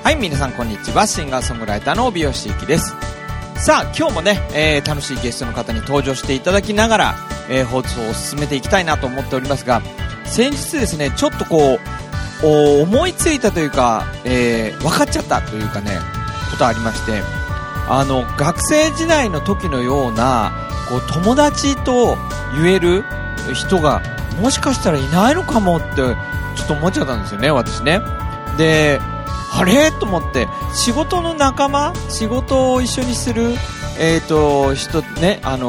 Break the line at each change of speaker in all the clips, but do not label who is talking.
はい、皆さんこんにちは。シンガーソングライターの帯吉幸です。さあ今日もね、楽しいゲストの方に登場していただきながら、放送を進めていきたいなと思っておりますが、先日ですねちょっとこう思いついたというか、分かっちゃったというかねことありまして、学生時代の時のようなこう友達と言える人がもしかしたらいないのかもってちょっと思っちゃったんですよね、私ね。であれと思って、仕事の仲間、仕事を一緒にする、人ね、方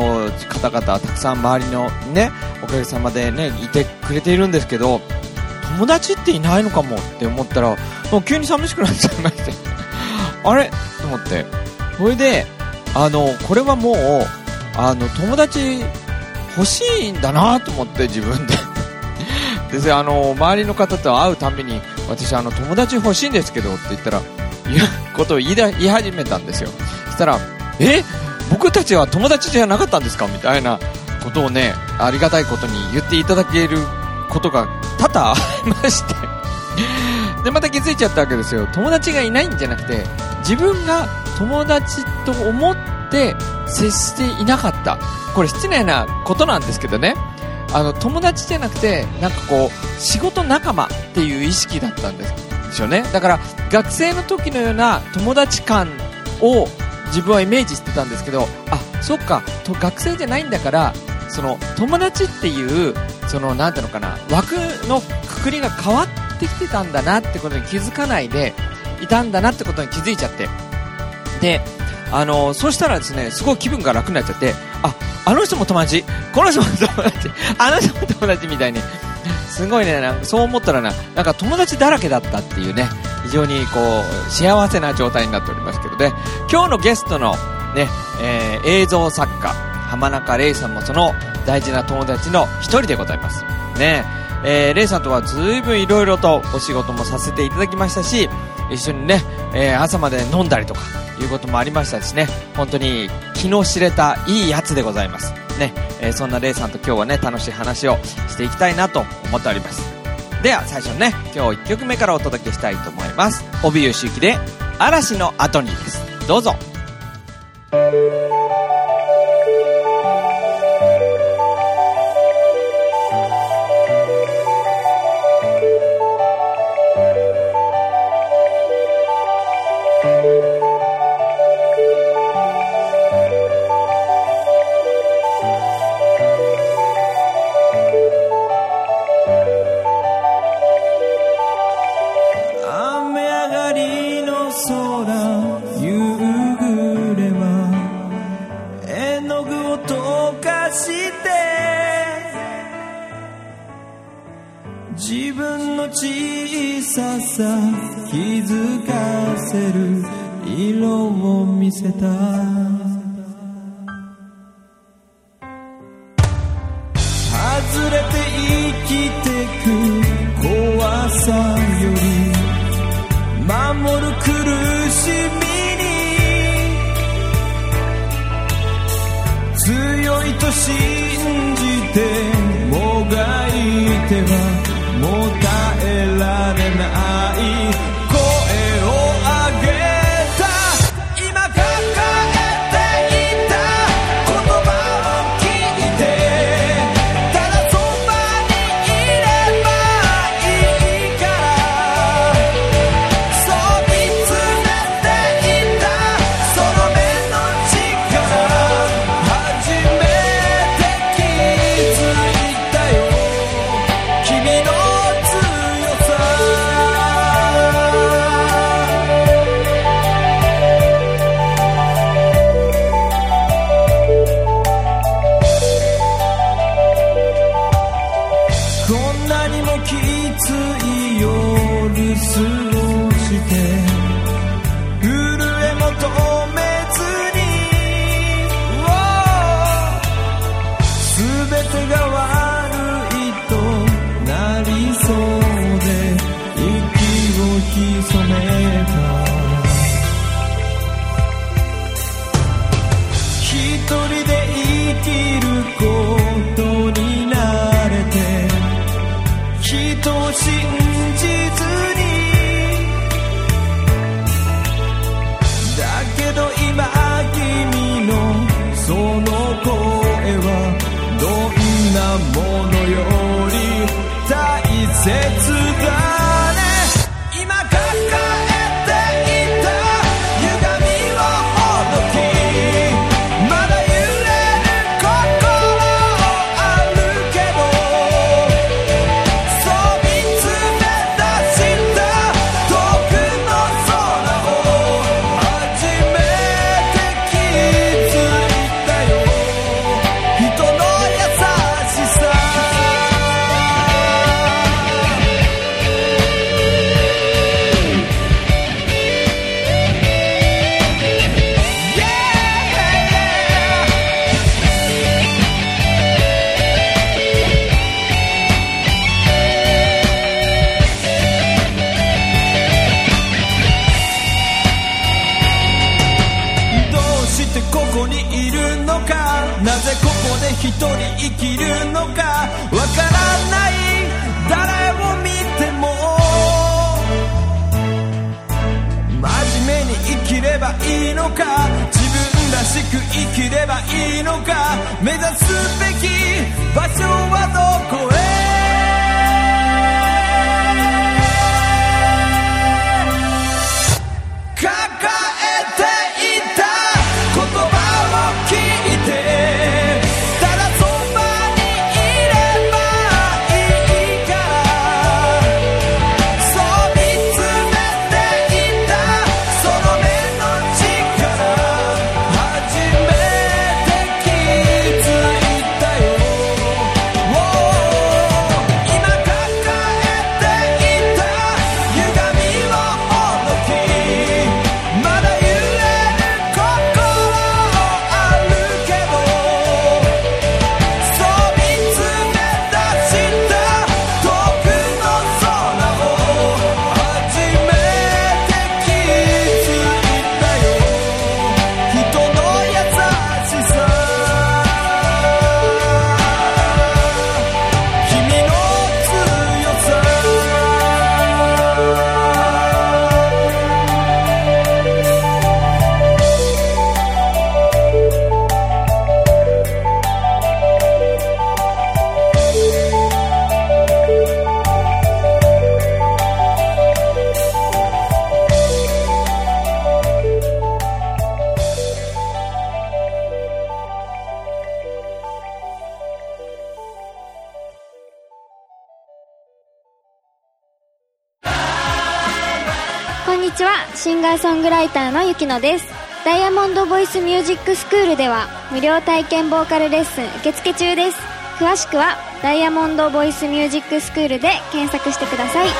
々たくさん周りのねおかげさまでねいてくれているんですけど、友達っていないのかもって思ったらもう急に寂しくなっちゃいましてあれと思って、それでこれはもう友達欲しいんだなと思って、自分でで周りの方と会うたびに私友達欲しいんですけどって言ったらことを言い始めたんですよ。そしたら僕たちは友達じゃなかったんですかみたいなことをね、ありがたいことに言っていただけることが多々ありましてでまた気づいちゃったわけですよ。友達がいないんじゃなくて、自分が友達と思って接していなかった。これ失礼なことなんですけどね、友達じゃなくてなんかこう仕事仲間っていう意識だったんですよね。だから学生の時のような友達感を自分はイメージしてたんですけど、そっか学生じゃないんだから、その友達っていうなんていうのかな、枠のくくりが変わってきてたんだなってことに気づかないでいたんだなってことに気づいちゃって、でそうしたらですね、すごい気分が楽になっちゃって、あの人も友達、この人も友達、あの人も友達みたいに、すごいね、そう思ったらなんか友達だらけだったっていうね、非常にこう幸せな状態になっておりますけどね。今日のゲストのね、映像作家浜中玲さんもその大事な友達の一人でございますね。玲さんとはずいぶんいろいろとお仕事もさせていただきましたし、一緒にね、朝まで飲んだりとかいうこともありましたしね、本当に気の知れたいいやつでございますね。そんなレイさんと今日はね楽しい話をしていきたいなと思っております。では最初にね、今日1曲目からお届けしたいと思います。帯吉幸で嵐の後にです。どうぞ。
自分の小ささ気づかせる色を見せた。外れて生きてく怖さより守る苦しみに強いと信じてもがいてはもう耐えられない声を上げた。今抱えていた言葉を聞いて、ただそばにいればいいからそう見つめていた。その目の力初めて気づいたよ、君の染めた。一人で生きることに慣れて、人を信じずにものより大切だね。今抱えていた歪みをほどき、まだ揺れる心あるけど、そう見つめ出した遠くの空を初めて気づいたよ、人の優しさ。どうしてここにいるのか、なぜここで一人生きるのかわからない、誰を見ても真面目に生きればいいのか、自分らしく生きればいいのか、目指すべき場所はどこへ。抱えていた言葉を聞いて、ただそばにいればいいから、そう見つめていたその目の力、初めて気づいたよ。今抱えていた歪みをほどき、まだ揺れる心あるけど、そう見つめ出した遠くの空を初めて気づいたよ、人の優しさ。君の強さ。
こんにちは、シンガーソングライターのゆきのです。ダイヤモンドボイスミュージックスクールでは無料体験ボーカルレッスン受付中です。詳しくはダイヤモンドボイスミュージックスクールで検索してください。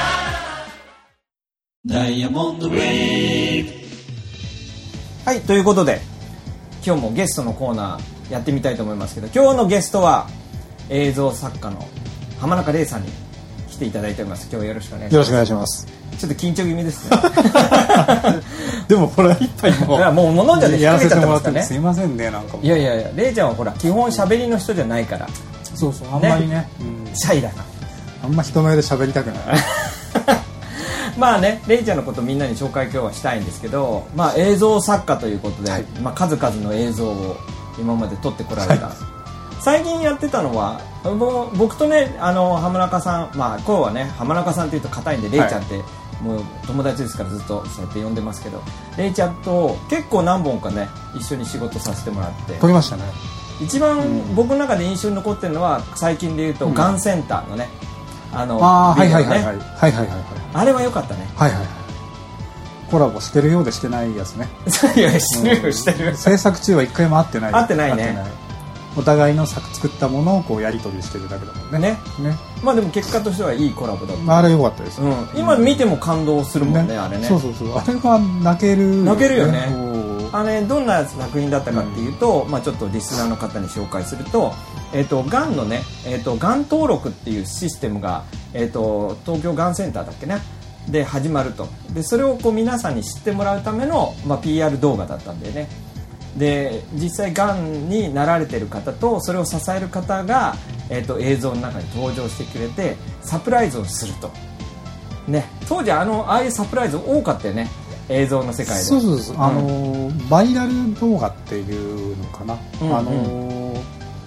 ダイヤモンドウェーブ。
はい、ということで今日もゲストのコーナーやってみたいと思いますけど、今日のゲストは映像作家の浜中玲さんに来ていただいております。今日はよろしくお願いします。
よろしくお願いします。
ちょっと緊張気味ですね。
でもこれ一杯も
もう飲んじゃって
やらせてもら
引っ掛けちゃってますからね。
ってすいませんね、なんかもう。
いやいやいや、レイちゃんはほら基本喋りの人じゃないから、
そうそう、あんまりね、
シャイだから。
あんま人前で喋りたくない。
まあね、レイちゃんのことみんなに紹介今日はしたいんですけど、まあ映像作家ということで、
はい、
まあ数々の映像を今まで撮ってこられた。はい、最近やってたのは僕とね、浜中さん、まあ今日はね浜中さんっていうと硬いんで、レイちゃんって、はい、もう友達ですからずっとそうやって呼んでますけど、レイちゃんと結構何本かね一緒に仕事させてもらって
撮りましたね。
一番僕の中で印象に残ってるのは最近でいうと、ガンセンターのね、
はいはいはいはいはいはいはい、
あれは良かったね。
はいはいはい。コラボしてるようでしてないやつね。
いやしてるよしてる。
制作中は一回も会ってない。
会ってないね。
お互いの作ったものをこうやり取りしてるだけだもんね。ね。
まあでも結果としてはいいコラボだった。
あれ良かったです。
今見ても感動するもんね、あれね。
そうそうそう。あれは泣ける。
泣けるよね。どんな作品だったかっていうと、まあちょっとリスナーの方に紹介すると、がんのね、がん登録っていうシステムが、東京がんセンターだっけね。で始まると。でそれをこう皆さんに知ってもらうための、まあ、PR 動画だったんだよね。で実際がんになられてる方とそれを支える方が、映像の中に登場してくれてサプライズをすると、ね、当時ああいうサプライズ多かったよね、映像の世界で。
そうそうそう、バイラル動画っていうのかな、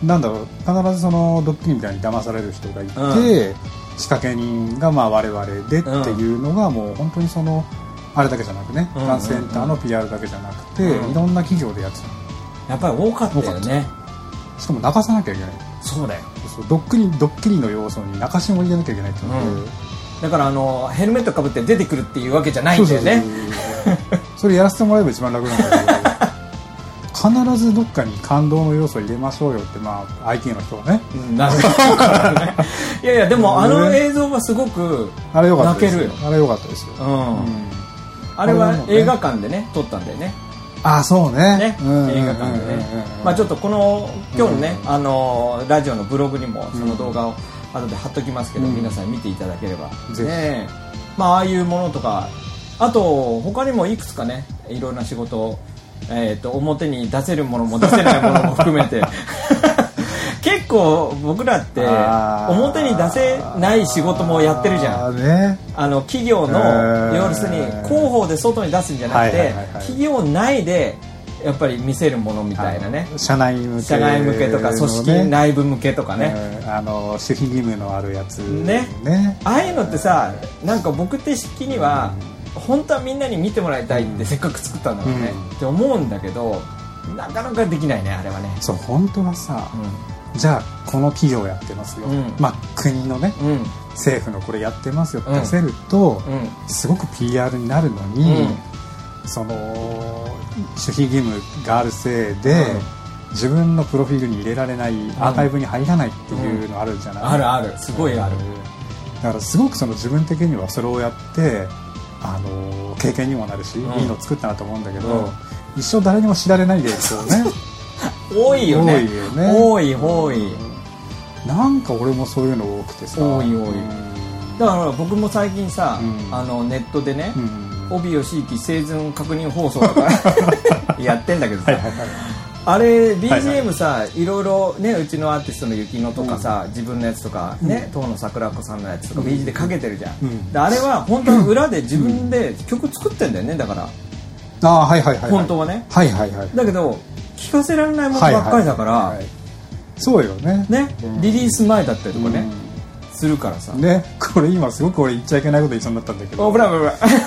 なんだろう、必ずそのドッキリみたいに騙される人がいて、仕掛け人がまあ我々でっていうのがもう本当にそのあれだけじゃなくね、ダンスセンターの PR だけじゃなくて、いろんな企業でやってた。
やっぱり多かったよね。
しかも泣かさなきゃいけない。
そうだよ。
そうドッキリの要素に泣かしも入れなきゃいけないっていうので、
だからヘルメットかぶって出てくるっていうわけじゃないんだよね。
それやらせてもらえば一番楽なんだけど必ずどっかに感動の要素を入れましょうよって、まあ IT の人はね、
なるほどね。いやいや、でも映像はすごく泣けるよ。
あれ良かったですよ。
あれは映画館でね撮ったんだよね。
あ、そうね。
映画館でね。まあちょっと今日のね、ラジオのブログにもその動画を後で貼っときますけど、皆さん見ていただければ。ね、まあああいうものとか、あと他にもいくつかね、いろんな仕事を表に出せるものも出せないものも含めて結構僕らって表に出せない仕事もやってるじゃん。企業の要するに広報で外に出すんじゃなくて、企業内でやっぱり見せるものみたいなね、
社内向け
とか組織内部向けとかね、
守秘義務のあるやつ
ね、ああいうのってさ、なんか僕的には本当はみんなに見てもらいたいってせっかく作ったんだろうねって思うんだけど、なかなかできないね、あれはね。
そう、本当はさ、じゃあこの企業やってますよ、まあ国のね、政府のこれやってますよって出せると、すごく PR になるのに、その守秘義務があるせいで、自分のプロフィールに入れられない、アーカイブに入らないっていうのあるじゃない。
あるある、すごいある。
だからすごくその自分的にはそれをやって経験にもなるし、いいの作ったなと思うんだけど、一生誰にも知られないでですよね。
多いよね。多い。
なんか俺もそういうの多くてさ。
多い。だから僕も最近さ、ネットでね、帯吉行生存確認放送とかやってんだけどさ、あれ BGM さ、いろいろね、うちのアーティストの雪乃とかさ、自分のやつとかね、遠野桜子さんのやつとか BG でかけてるじゃん。であれは本当は裏で自分で曲作ってんだよね。だから本当はね。だけど聞かせられないものばっかりだから、
そうよね。
リリース前だったりとかね、するからさ。
これ今すごく俺言っちゃいけないこと言いそうになったんだけど。
ブラ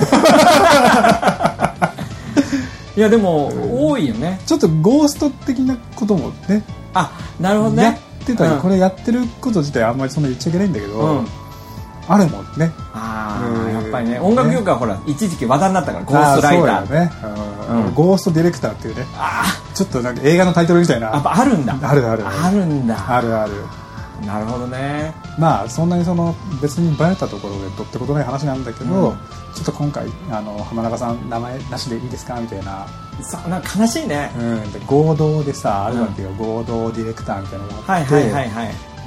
いやでも多いよね。
ちょっとゴースト的なこともね。
なるほどね。
やってたり、これやってること自体あんまりそんな言っちゃいけないんだけど、あるもんね。
やっぱりね、音楽業界はほら一時期話題になったから、ゴーストライター。
そうよね。ゴーストディレクターっていうね。ちょっとなんか映画のタイトルみたいな。
やっぱあるんだ。
ある
んだ。
ある。
なるほどね。
まあそんなに別にバレたところでどってことない話なんだけど、ちょっと今回浜中さん名前なしでいいですかみたいな。
なんか悲しいね。
で合同でさあるわけよ、合同ディレクターみたいなのがあって、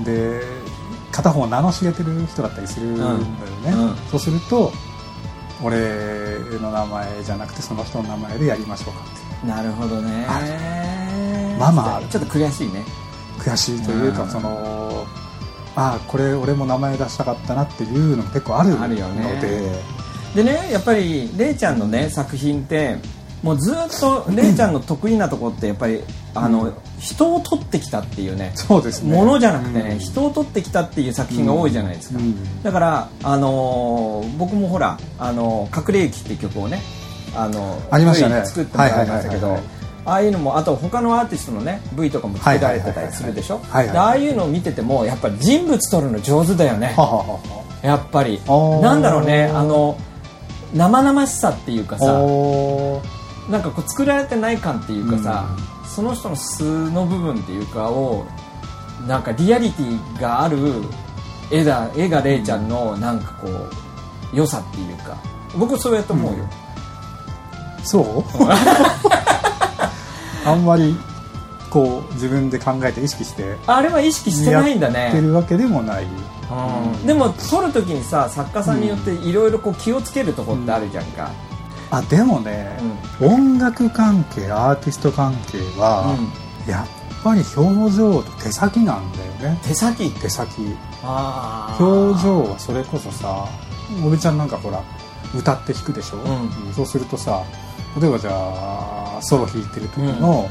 で片方名の知れてる人だったりするんだよね。そうすると俺の名前じゃなくてその人の名前でやりましょうかって。
なるほどね。ちょっと悔しいね。
悔しいというか、これ俺も名前出したかったなっていうのも結構あるの
でね、やっぱりレイちゃんのね作品ってもうずっとレイちゃんの得意なところってやっぱり人を撮ってきたっていうね、
そうですね、
ものじゃなくてね、人を撮ってきたっていう作品が多いじゃないですか。だから僕もほら隠れ雪っていう曲をね
ありましたね、
作ってもらいましたけど、ああいうのも、あと他のアーティストのね V とかも作られてたりするでしょ。ああいうのを見ててもやっぱり人物撮るの上手だよね。やっぱりなんだろうね、生々しさっていうかさ、なんかこう作られてない感っていうかさ、その人の素の部分っていうかをなんかリアリティがある絵がレイちゃんのなんかこう良さっていうか、僕そうやって思うよ。
そうあんまりこう自分で考えて意識して
あれは意識してないんだね。
やってるわけでもない。
でも撮るときにさ、作家さんによっていろいろ気をつけるところってあるじゃんか。
でもね、音楽関係アーティスト関係は、やっぱり表情と手先なんだよね。
手先
表情はそれこそさ、おびちゃんなんかほら歌って弾くでしょ、そうするとさ、例えばじゃあソロ弾いてる時の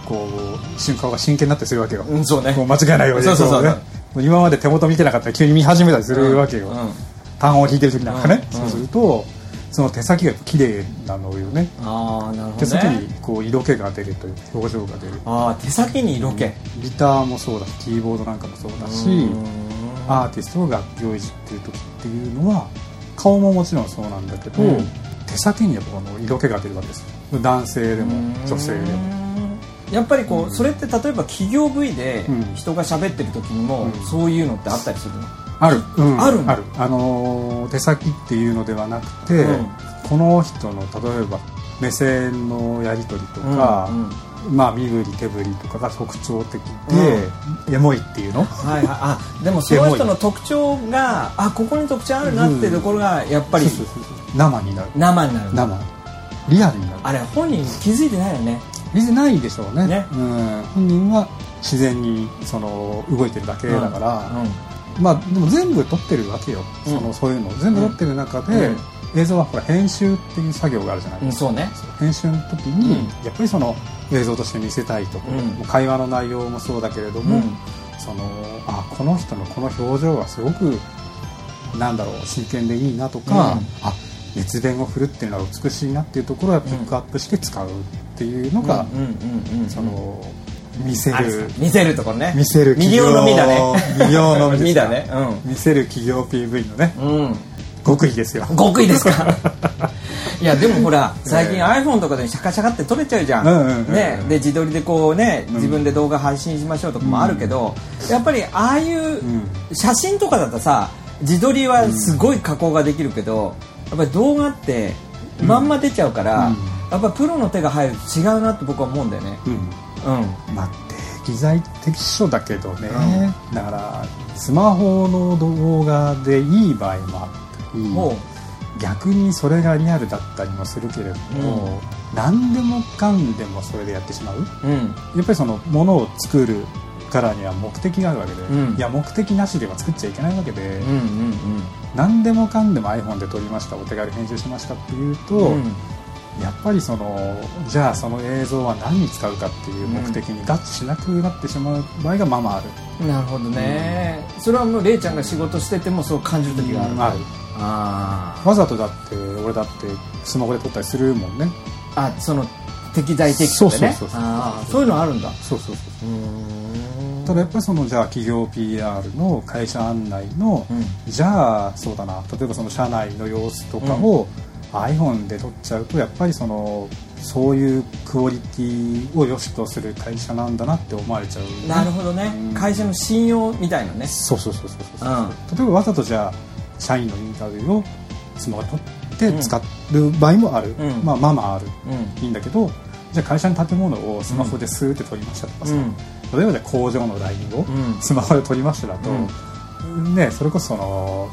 こう瞬間が真剣になったりするわけよ、
そうね、
もう間違いないように、今まで手元見てなかったら急に見始めたりするわけよ、単音を弾いてる時なんかね、そうするとその手先が綺麗なのよね。
ああ、なるほどね。
手先にこう色気が出るという表情が出る。
ああ、手先に色気。
ギターもそうだし、キーボードなんかもそうだし、アーティストが楽器をいじってる時っていうのは顔ももちろんそうなんだけど、手先にやっぱ色気が出るわけです。男性でも女性でも。
やっぱりこう、それって例えば企業部位で人が喋ってる時にもそういうのってあったりするの？
ある、
ある。
手先っていうのではなくて、この人の例えば目線のやり取りとか、まあ身振り手振りとかが特徴的で、エモいっていうの？はいはい。あ、
でもその人の特徴が、あ、ここに特徴あるなっていうところがやっぱり
生になる。リアルになる。あ
れ本人気づいてないよね。
気づいてないでしょうね。本人は自然にその動いてるだけだから。まあでも全部撮ってるわけよ、そういうの全部撮ってる中で、映像はほら編集っていう作業があるじゃないですか、編集の時にやっぱりその映像として見せたいところ、会話の内容もそうだけれども、この人のこの表情がすごくなんだろう真剣でいいなとか、熱弁を振るっていうのが美しいなっていうところをピックアップして使うっていうのがその見せるところね。見せる企業のみだね。企業のみだね。見せる企業 PV のね。極意ですよ。極意ですか。いやでもほら最近 iPhone とかでシャカシャカって撮れちゃうじゃん。ね、で自撮りでこうね自分で動画配信しましょうとかもあるけど、やっぱりああいう写真とかだとさ自撮りはすごい加工ができるけど、やっぱり動画ってまんま出ちゃうから、やっぱプロの手が入ると違うなって僕は思うんだよね。まあ適材適所だけどね、だからスマホの動画でいい場合もあったり、逆にそれがリアルだったりもするけれども、何でもかんでもそれでやってしまう、やっぱりそのものを作るからには目的があるわけで、いや目的なしでは作っちゃいけないわけで、何でもかんでも iPhone で撮りました、お手軽編集しましたっていうと、やっぱりそのじゃあその映像は何に使うかっていう目的に合致しなくなってしまう場合がまあまあある。
なるほどね、それはもうレイちゃんが仕事しててもそう感じる時がある。
わざとだって俺だってスマホで撮ったりするもんね。
その適材適所でね。そういうのあるんだ。
ただやっぱりそのじゃあ企業 PR の会社案内の、じゃあそうだな、例えばその社内の様子とかを、iPhone で撮っちゃうとやっぱりそういうクオリティを良しとする会社なんだなって思われちゃう、
なるほどね、会社の信用みたいなね。
そう例えばわざとじゃあ社員のインタビューをスマホで撮って使う場合もある、まあある、いいんだけど、じゃあ会社の建物をスマホでスーって撮りましたとかさ、例えばじゃあ工場のラインをスマホで撮りましただと、ね、それこそその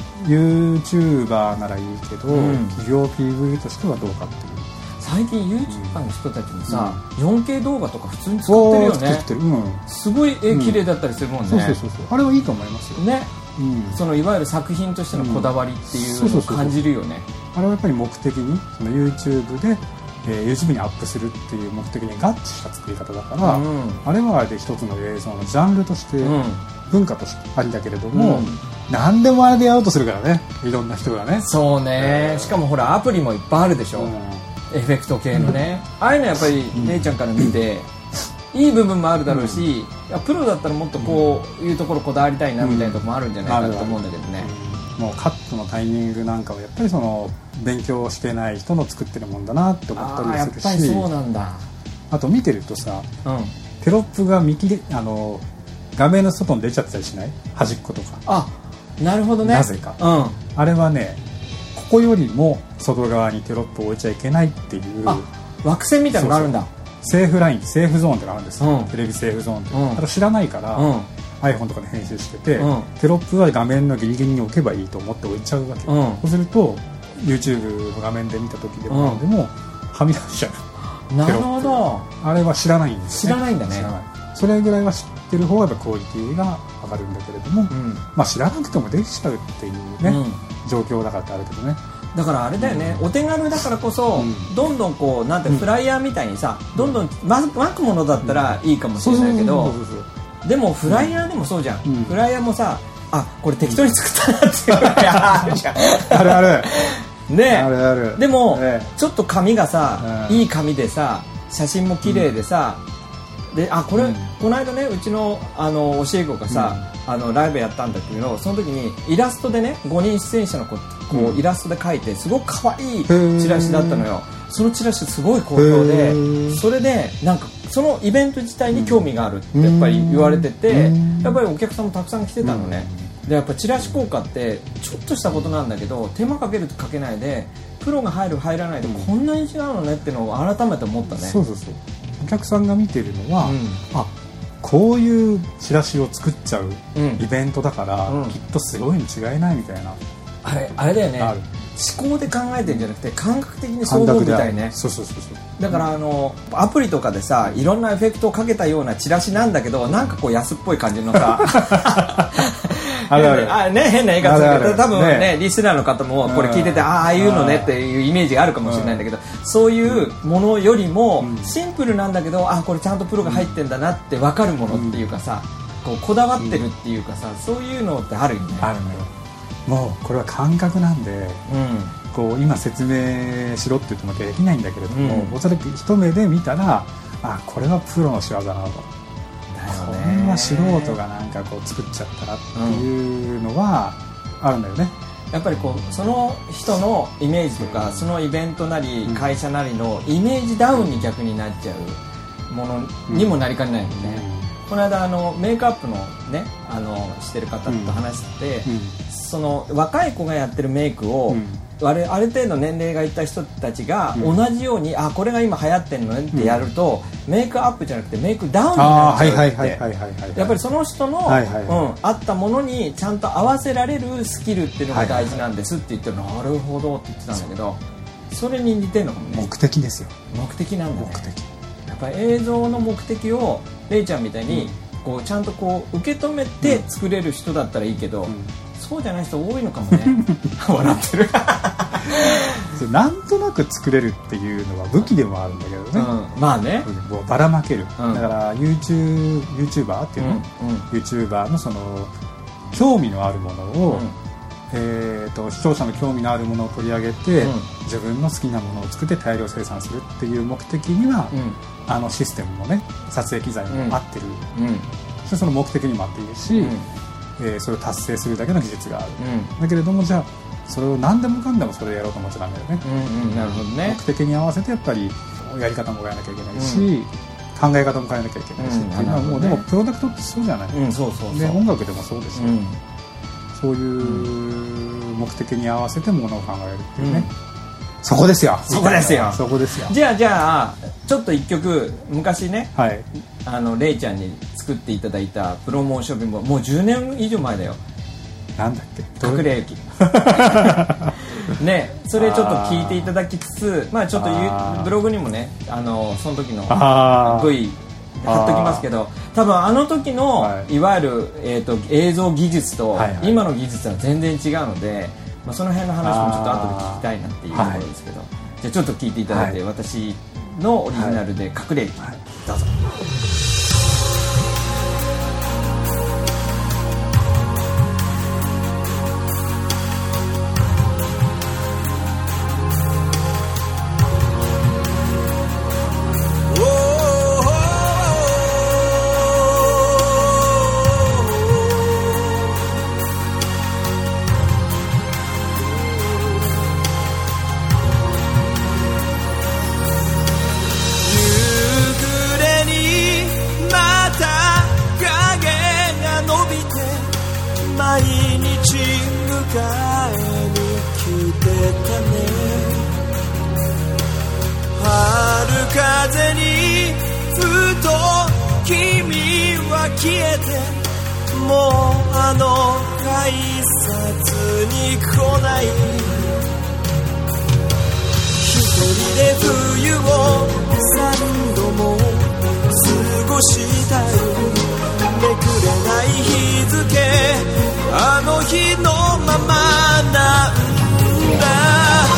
YouTuber ならいいけど、企業 PV としてはどうかっていう。
最近 YouTuber の人たちもさ、4K 動画とか普通に使ってるよね。すごい絵綺麗だったりするもんね。
あれはいいと思いますよね。
そのいわゆる作品としてのこだわりっていうのを感じるよね。
あれはやっぱり目的にその YouTube でYouTube にアップするっていう目的に合致した作り方だから、あれはあれで一つの映像のジャンルとして、文化としてありだけれども、何でもあれでやろうとするからね、いろんな人がね。
そうね、しかもほらアプリもいっぱいあるでしょ、エフェクト系のね、ああいうのやっぱり姉ちゃんから見て、いい部分もあるだろうし、プロだったらもっとこういうところこだわりたいなみたいなところもあるんじゃないかなと思うんだけどね。
もうカットのタイミングなんかはやっぱりその勉強してない人の作ってるもんだなって思ったりするし、
やっぱりそうなんだ。
あと見てるとさ、テロップが画面の外に出ちゃったりしない？端っことか。
なるほどね。
なぜか、あれはね、ここよりも外側にテロップを置いちゃいけないっていう、
枠線みたいなのがあるんだ。
セーフライン、セーフゾーンってのがあるんですよ、テレビセーフゾーンって、あれ知らないから、iPhone とかで編集してて、テロップは画面のギリギリに置けばいいと思って置いちゃうわけ、そうすると YouTube の画面で見た時でも何でもはみ出しちゃう。
なるほど。
あれは知らないんですね。
知らないんだね。
知らない。それぐらいは知ってる方がやっぱクオリティが上がるんだけれども、まあ知らなくてもできちゃうっていうね、状況だからってあるけどね。
だからあれだよね、お手軽だからこそ、どんどんこうなんてフライヤーみたいにさ、どんどん巻くものだったらいいかもしれないけど、でもフライヤーでもそうじゃん、フライヤーもさ、あ、これ適当に作ったなっていうフライヤーあるじゃん
あるある
ね、
あるある。
でも、ちょっと紙がさ、いい紙でさ、写真も綺麗でさ、で、あ、これ、この間ね、うちの教え子がさ、ライブやったんだけど、その時にイラストでね、5人出演者のこうイラストで描いて、すごく可愛いチラシだったのよ。そのチラシすごい好評で、それでなんかそのイベント自体に興味があるってやっぱり言われてて、やっぱりお客さんもたくさん来てたのね。で、やっぱチラシ効果ってちょっとしたことなんだけど、手間かけるとかけないで、プロが入る入らないでこんなに違うのねっていうのを改めて思ったね。
そうそうそう。お客さんが見てるのは、あ、こういうチラシを作っちゃうイベントだから、きっとすごいに違いないみたいな。
あれだよね。思考で考えてるんじゃなくて感覚的にそう思うみたいね。
そうそうそうそう。
だからアプリとかでさ、いろんなエフェクトをかけたようなチラシなんだけど、なんかこう安っぽい感じのさあれね、変な言い方だけど、多分ね、リスナーの方もこれ聞いてて、ああいうのねっていうイメージがあるかもしれないんだけど、そういうものよりもシンプルなんだけど、あ、これちゃんとプロが入ってんだなって分かるものっていうかさ、こだわってるっていうかさ、そういうのってあるよね。
あるのよ。もうこれは感覚なんで、こう今説明しろって言ってもできないんだけれども、おそらく一目で見たら、あ、これはプロの仕業なのと、こんな素人がなんかこう作っちゃったらっていうのはあるんだよね。
やっぱりこうその人のイメージとか、そのイベントなり会社なりのイメージダウンに逆になっちゃうものにもなりかねないよね。この間メイクアップのね、してる方と話して、その若い子がやってるメイクを、ある程度年齢がいった人たちが同じように、あ、これが今流行ってるのねってやると、メイクアップじゃなくてメイクダウンになっちゃうって、やっぱりその人の合ったものにちゃんと合わせられるスキルっていうのが大事なんですって言って、なるほどって言ってたんだけど、それに似てるのかもね。
目的ですよ。
目的なんだね。
目的。
やっぱり映像の目的をレイちゃんみたいにこうちゃんとこう受け止めて作れる人だったらいいけど、そうじゃない人多いのかもね笑ってる
なんとなく作れるっていうのは武器でもあるんだけどね、
まあね、
ばらまける、だから YouTuber っていうの、YouTuber のその興味のあるものを、視聴者の興味のあるものを取り上げて、自分の好きなものを作って大量生産するっていう目的には、システムもね、撮影機材も合ってる、そしてその目的にも合っているし、それを達成するだけの技術がある、だけれども、じゃあそれを何でもかんでもそれをやろうと思っちゃダメだよね。
なるほどね。
目的に合わせてやっぱりやり方も変えなきゃいけないし、考え方も変えなきゃいけないし、っていうのはもうでもプロダクトってそうじゃない、で音楽でもそうですよ、そういう目的に合わせてものを考えるっていうね、そこですよ。
そこですよ。
そこですよ。
じゃあちょっと一曲昔ね、レイちゃんに作っていただいたプロモーションビデオ、もう10年以上前だよ。
なんだっけ、
隠れ雪ね、それちょっと聞いていただきつつ、まあちょっとブログにもね、その時の V 貼っときますけど、多分あの時の、いわゆる、映像技術と今の技術は全然違うので、まあ、その辺の話もちょっと後で聞きたいなっていうところですけど、じゃあちょっと聞いていただいて、私のオリジナルで隠れ雪、どうぞ。
毎日迎えに来てたね。春風にふと君は消えて、もうあの改札に来ない。一人で冬を3度も過ごしたい。めくれない日付、あの日のままなんだ。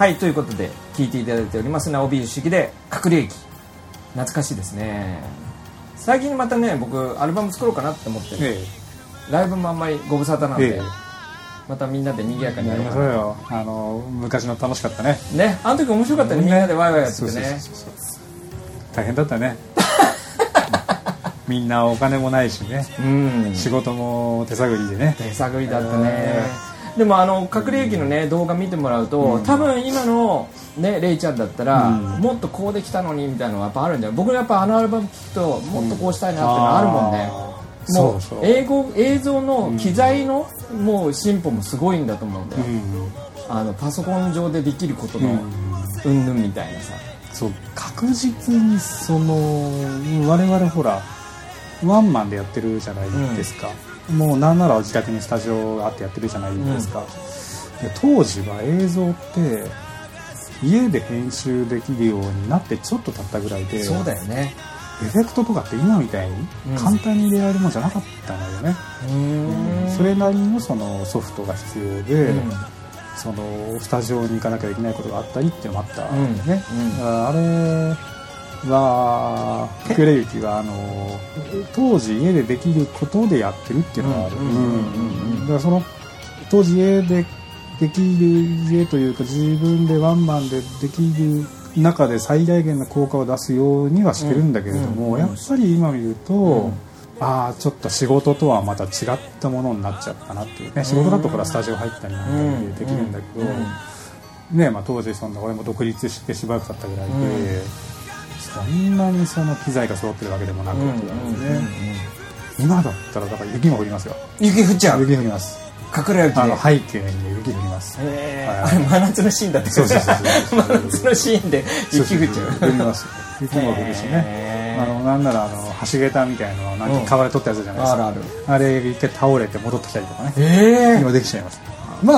はい、ということで聴いていただいておりますのは帯吉行で隠れ駅。懐かしいですね。最近またね、僕アルバム作ろうかなって思ってる、ライブもあんまりご無沙汰なんで、またみんなで賑やかにやろうかな。
よ、昔の楽しかったね。
ね、あの時面白かったね、みんなでワイワイやっててね。
大変だったね。みんなお金もないしね、仕事も手探りでね。
手探りだったね。でも隠れ駅のね動画見てもらうと、多分今のねレイちゃんだったら、もっとこうできたのにみたいなのがやっぱあるんだよ。僕やっぱアルバム聞くともっとこうしたいなってのあるもんね。もう映像の機材のもう進歩もすごいんだと思うんだよ。パソコン上でできることのうんぬんみたいなさ。
そう、確実に我々ほらワンマンでやってるじゃないですか。もうなんなら自宅にスタジオがあってやってるじゃないですか。で当時は映像って家で編集できるようになってちょっと経ったぐらいで、
そうだよね。
エフェクトとかって今みたいに簡単に入れられるものじゃなかったのよね。それなりのそのソフトが必要で、そのスタジオに行かなきゃいけないことがあったりっていうのもあったんですね。あれは隠れ雪は当時家でできることでやってるっていうのがある。だからその当時家でできる家というか自分でワンマンでできる中で最大限の効果を出すようにはしてるんだけれども、やっぱり今見ると、ちょっと仕事とはまた違ったものになっちゃったなっていうね。仕事だとこれはスタジオ入ったりなんかでできるんだけど、ね、当時俺も独立してしばらく経ったぐらいで、そんなにその機材が揃ってるわけでもなくて、今だったらだから雪も降りますよ。
雪降っちゃう。
雪降ります。
隠れ雪で
背景に雪降ります。
あれ真夏のシーンだって。そう真夏のシーンで雪降っちゃう。
降ります。雪も降るしね。なんなら橋桁みたいなのなんか川で取ったやつじゃないですか。あれ一回倒れて戻ってきたりとかね。今できちゃいます。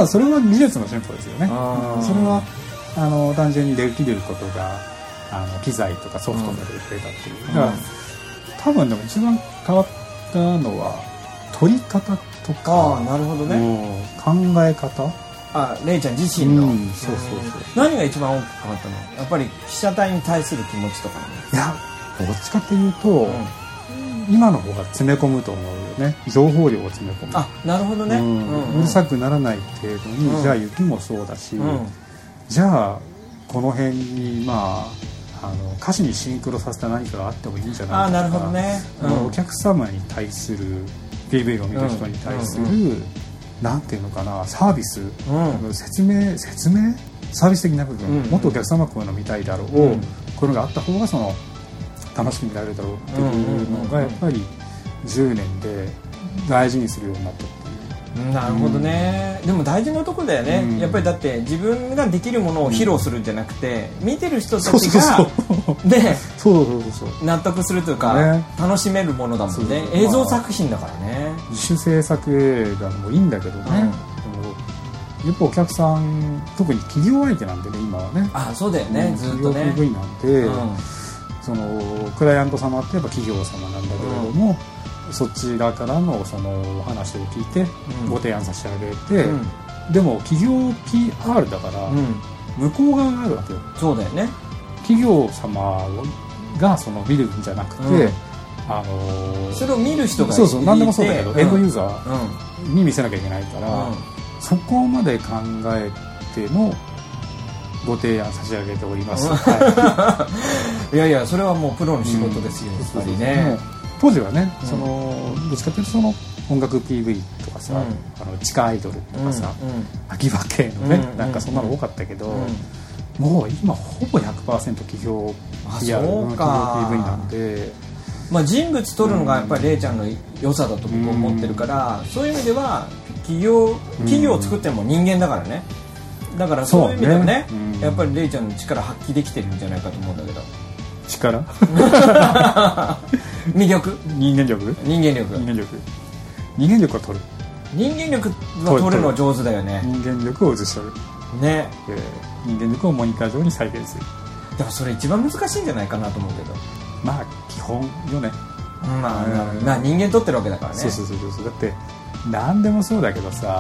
それは技術の進歩ですよね。それは単純にできることが機材とかソフトが増えたっていう。だから多分でも一番変わったのは撮り方とか。
なるほどね。
考え方。
レイちゃん自身の。
そう。
何が一番大きく変わったの？やっぱり被写体に対する気持ちとかね。
いや、どっちかっていうと、今の方が詰め込むと思うよね。情報量を詰め込む。
なるほどね。
うるさくならない程度に、じゃあ雪もそうだし、じゃあこの辺に歌詞にシンクロさせた何かがあってもいいんじゃないかとか。
なるほどね。
お客様に対する PV を見る人に対する、なんていうのかな、サービス、説明サービス的な部分、もっとお客様こういうの見たいだろう、こういうのがあった方が楽しく見られるだろうっていうのがやっぱり10年で大事にするようになったっていう。
なるほどね。でも大事なところだよね。やっぱりだって自分ができるものを披露するんじゃなくて、見てる人たちがで納得するというか楽しめるものだもんね。映像作品だからね。
自主制作映画もいいんだけどね。やっぱお客さん、特に企業相手なんでね、今はね。
そうだよね。ずっとね。
企業 PV なんで、クライアント様ってやっぱ企業様なんだけれども、そちらからのお話を聞いてご提案差し上げて、でも企業 PR だから向こう側があるわけよ。
そうだよね。
企業様が見るんじゃなくて、
それを見る人がいて、
何でもそうだけどエンドユーザーに見せなきゃいけないから、そこまで考えてのご提案差し上げております。
いやいや、それはもうプロの仕事ですよ、やっぱりね。
当時はね、どっちかというと音楽 PV とかさ、地下アイドルとかさ、秋葉系のね、なんかそんなの多かったけど、もう今ほぼ 100% 企業 PR の企業 PV なんで、
人物撮るのがやっぱりレイちゃんの良さだと僕思ってるから、そういう意味では企業を作っても人間だからね。だからそういう意味ではね、やっぱりレイちゃんの力発揮できてるんじゃないかと思うんだけど。
力
魅力、
人間力は取る。
人間力は取るの上手だよね。
人間力を映し取る
ね。
人間力をモニター上に再現する。
でもそれ一番難しいんじゃないかなと思うけど。
基本よね。
人間撮ってるわけだからね。
そうだって何でもそうだけどさ、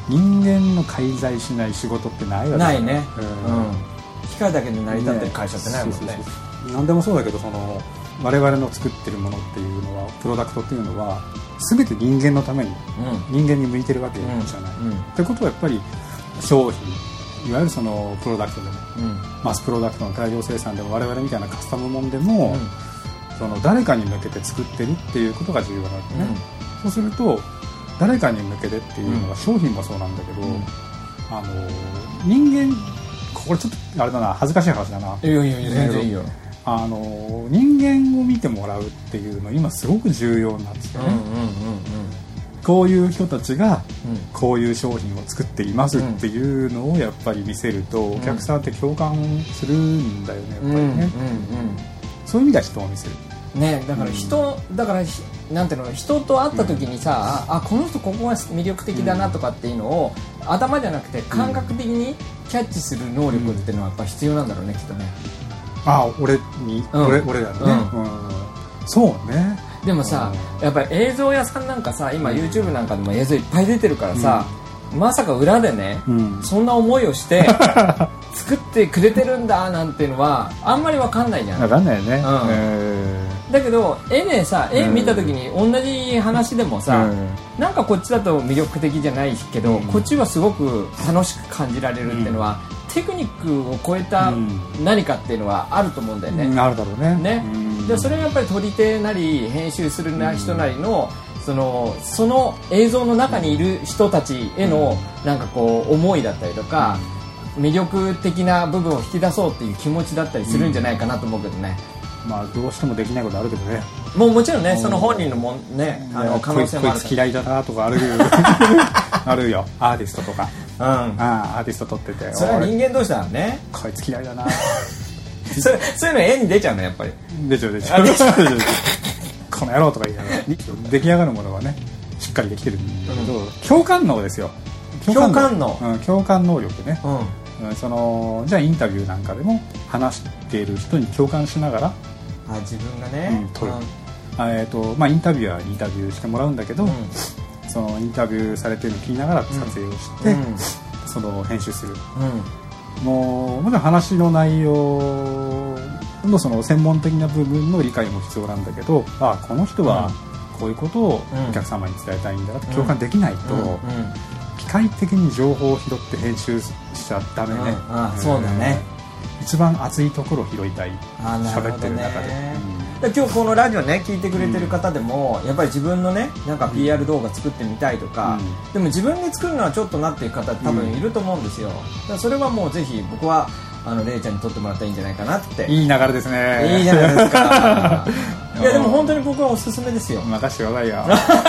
人間の介在しない仕事ってないわけ
ないね、機械だけで成り立ってる会社ってないもんね。
何でもそうだけど、その我々の作ってるものっていうのは、プロダクトっていうのは全て人間のために、人間に向いてるわけじゃない、ってことはやっぱり商品、いわゆるそのプロダクトでも、マスプロダクトの大量生産でも、我々みたいなカスタムもんでも、その誰かに向けて作ってるっていうことが重要なわけね、そうすると誰かに向けてっていうのは、商品もそうなんだけど、人間、これちょっとあれだな、恥ずかしい話だな。
いや全然いいよ。
人間を見てもらうっていうの今すごく重要なんですよね。こういう人たちがこういう商品を作っていますっていうのをやっぱり見せると、お客さんって共感するんだよね、やっぱりね。そういう意味では人を見せる
ね。だからなんていうの、人と会った時にさ、この人ここが魅力的だなとかっていうのを、頭じゃなくて感覚的にキャッチする能力っていうのはやっぱ必要なんだろうね、きっとね。俺らのね、そうね。 でもさ、やっぱり映像屋さんなんかさ、今 YouTube なんかでも映像いっぱい出てるからさ、まさか裏でね、そんな思いをして作ってくれてるんだなんていうのはあんまり分かんないじゃん。
分かんないよね、
だけど絵でさ、絵見た時に同じ話でもさ、なんかこっちだと魅力的じゃないけど、こっちはすごく楽しく感じられるっていうのは、テクニックを超えた何かっていうのはあると思うんだよね。
あるだろうね。
でそれがやっぱり撮り手なり編集する人なりの、その映像の中にいる人たちへのなんかこう思いだったりとか、魅力的な部分を引き出そうっていう気持ちだったりするんじゃないかなと思うけどね。
どうしてもできないことあるけどね。
もちろんね、その本人の可能性もある。
こいつ嫌いだなとかあるよあるよ、アーティストとか、アーティスト撮ってて、
それは人間同士だね。
こいつ嫌いだな
そういうの絵に出ちゃうの、やっぱり。
出ちゃうこの野郎とか言いながら出来上がるものはね、しっかりできてるんだけど、共感能ですよ。共感能力ね。じゃあインタビューなんかでも話している人に共感しながら、
自分がね、
撮る。インタビュアーにインタビューしてもらうんだけど、そのインタビューされてるのを聞きながら撮影をして、その編集する。もちろん話の内容のその専門的な部分の理解も必要なんだけど、この人はこういうことをお客様に伝えたいんだなって共感できないと、機械的に情報を拾って編集しちゃダメね。
そうだね。
一番熱いところを拾いたい、喋ってる中で。
今日このラジオね聞いてくれてる方でも、やっぱり自分のねなんか PR 動画作ってみたいとか、でも自分で作るのはちょっとなっていう方多分いると思うんですよ。だからそれはもうぜひ僕はレイちゃんに撮ってもらったらいいんじゃないかなって。
いい流れですね。
いいじゃないですかいやでも本当に僕はおすすめですよ。
任せてくださいよ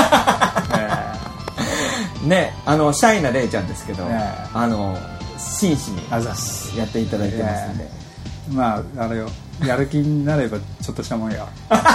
ね、シャイなレイちゃんですけど、真摯にやっていただいてますんで、
やる気になればちょっとしたもんよ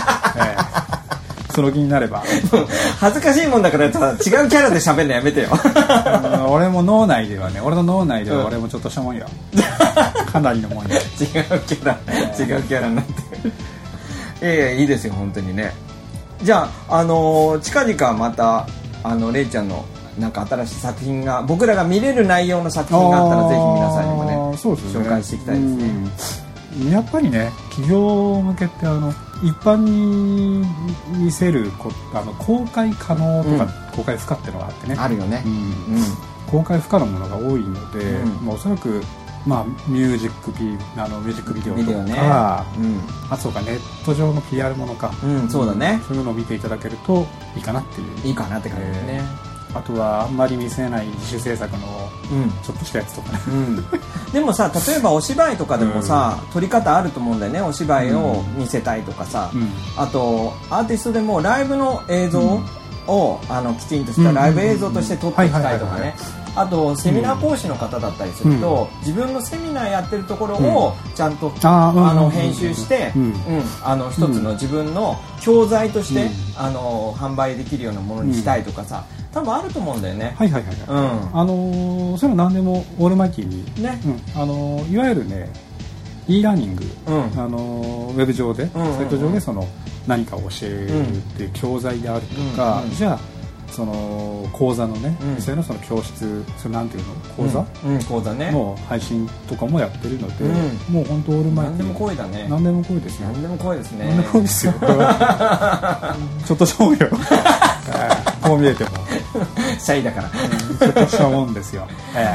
その気になれば
恥ずかしいもんだから違うキャラで喋るのやめてよ
俺の脳内では俺もちょっとしたもんよかなりのもんよ。
違うキャラになっていいですよ本当にね。じゃあ近々またレイちゃんのなんか新しい作品が僕らが見れる内容の作品があったらぜひ皆さんにもね紹介していきたいですね。
やっぱりね、企業向けって一般に見せる公開可能とか、公開不可っていうのがあってね、
あるよね、
公開不可のものが多いので、おそらくミュージックビデオとか、あとかネット上の PR ものか、
そうだね、
そういうのを見ていただけるといいかなっていう。
いいかなって感じですね。
あとはあんまり見せない自主制作のちょっとしたやつとかね、
でもさ、例えばお芝居とかでもさ、撮り方あると思うんだよね。お芝居を見せたいとかさ、あとアーティストでもライブの映像をきちんとしたライブ映像として撮っていきたいとかね。あとセミナー講師の方だったりすると、自分のセミナーやってるところをちゃんと編集して一つの自分の教材として販売できるようなものにしたいとかさ、多分あると思うんだよね。
それは何でもオールマイティにね、いわゆるね e ラーニング、ウェブ上で、サイト上で何かを教えるっていう教材であるとか、じゃあその講座のね、その教室、それなんていうの、講座、
講座ね
の配信とかもやってるので、もう本当オールマイティー、
何でも声だね。
何でも声ですよ。
何でも声ですね。
何でも声ですよ。ちょっとしたもんよ。こう見えても
シャイだから。
ちょっとしたもんですよ。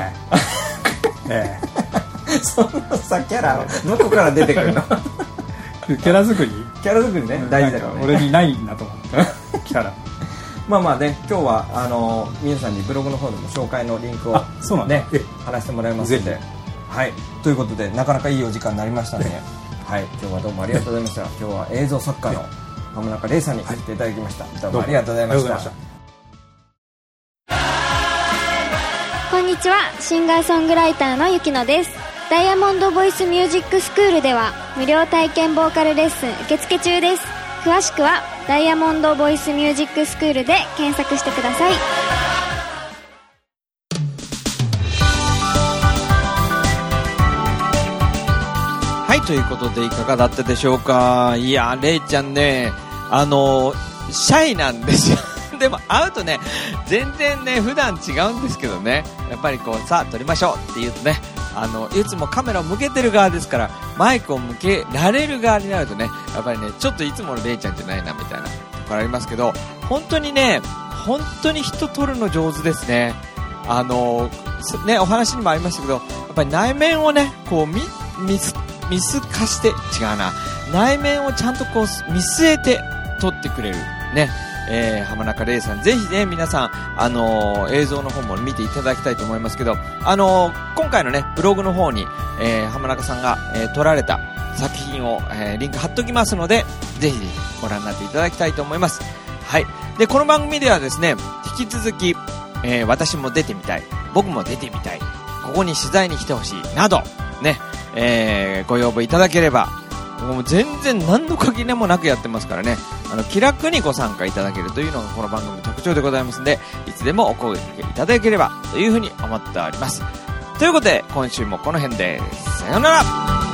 そんなさキャラどこから出てくるの？
キャラ作り
ね、大事だからね。
俺にないなと思ってキャラ。
まあね、今日は皆さんにブログの方でも紹介のリンクをね話してもらいますので、はい、ということでなかなかいいお時間になりましたね。はい、今日はどうもありがとうございました。今日は映像作家の浜中玲さんに来ていただきました。どうもありがとうございました。
こんにちは、シンガーソングライターのゆきのです。ダイヤモンドボイスミュージックスクールでは無料体験ボーカルレッスン受付中です。詳しくはダイヤモンドボイスミュージックスクールで検索してください。
はい、ということでいかがだったでしょうか。いや、レイちゃんね、シャイなんですよ。でも会うとね、全然ね、普段違うんですけどね、やっぱりこう、さあ撮りましょうって言うとね、いつもカメラを向けてる側ですから、マイクを向けられる側になるとね、やっぱりね、ちょっといつものレイちゃんじゃないなみたいなところありますけど、本当にね、本当に人撮るの上手ですね。ね、お話にもありましたけど、やっぱり内面をね、こう見透かして、違うな、内面をちゃんとこう見据えて撮ってくれるね。浜中玲さん、ぜひね、皆さん、映像の方も見ていただきたいと思いますけど、今回のね、ブログの方に、浜中さんが、撮られた作品を、リンク貼っときますので、ぜひご覧になっていただきたいと思います。はい。で、この番組ではですね、引き続き、私も出てみたい、僕も出てみたい、ここに取材に来てほしい、など、ね、ご要望いただければ、もう全然何の垣根もなくやってますからね、気楽にご参加いただけるというのがこの番組の特徴でございますので、いつでもお声掛けいただければというふうに思っております。ということで今週もこの辺でさようなら。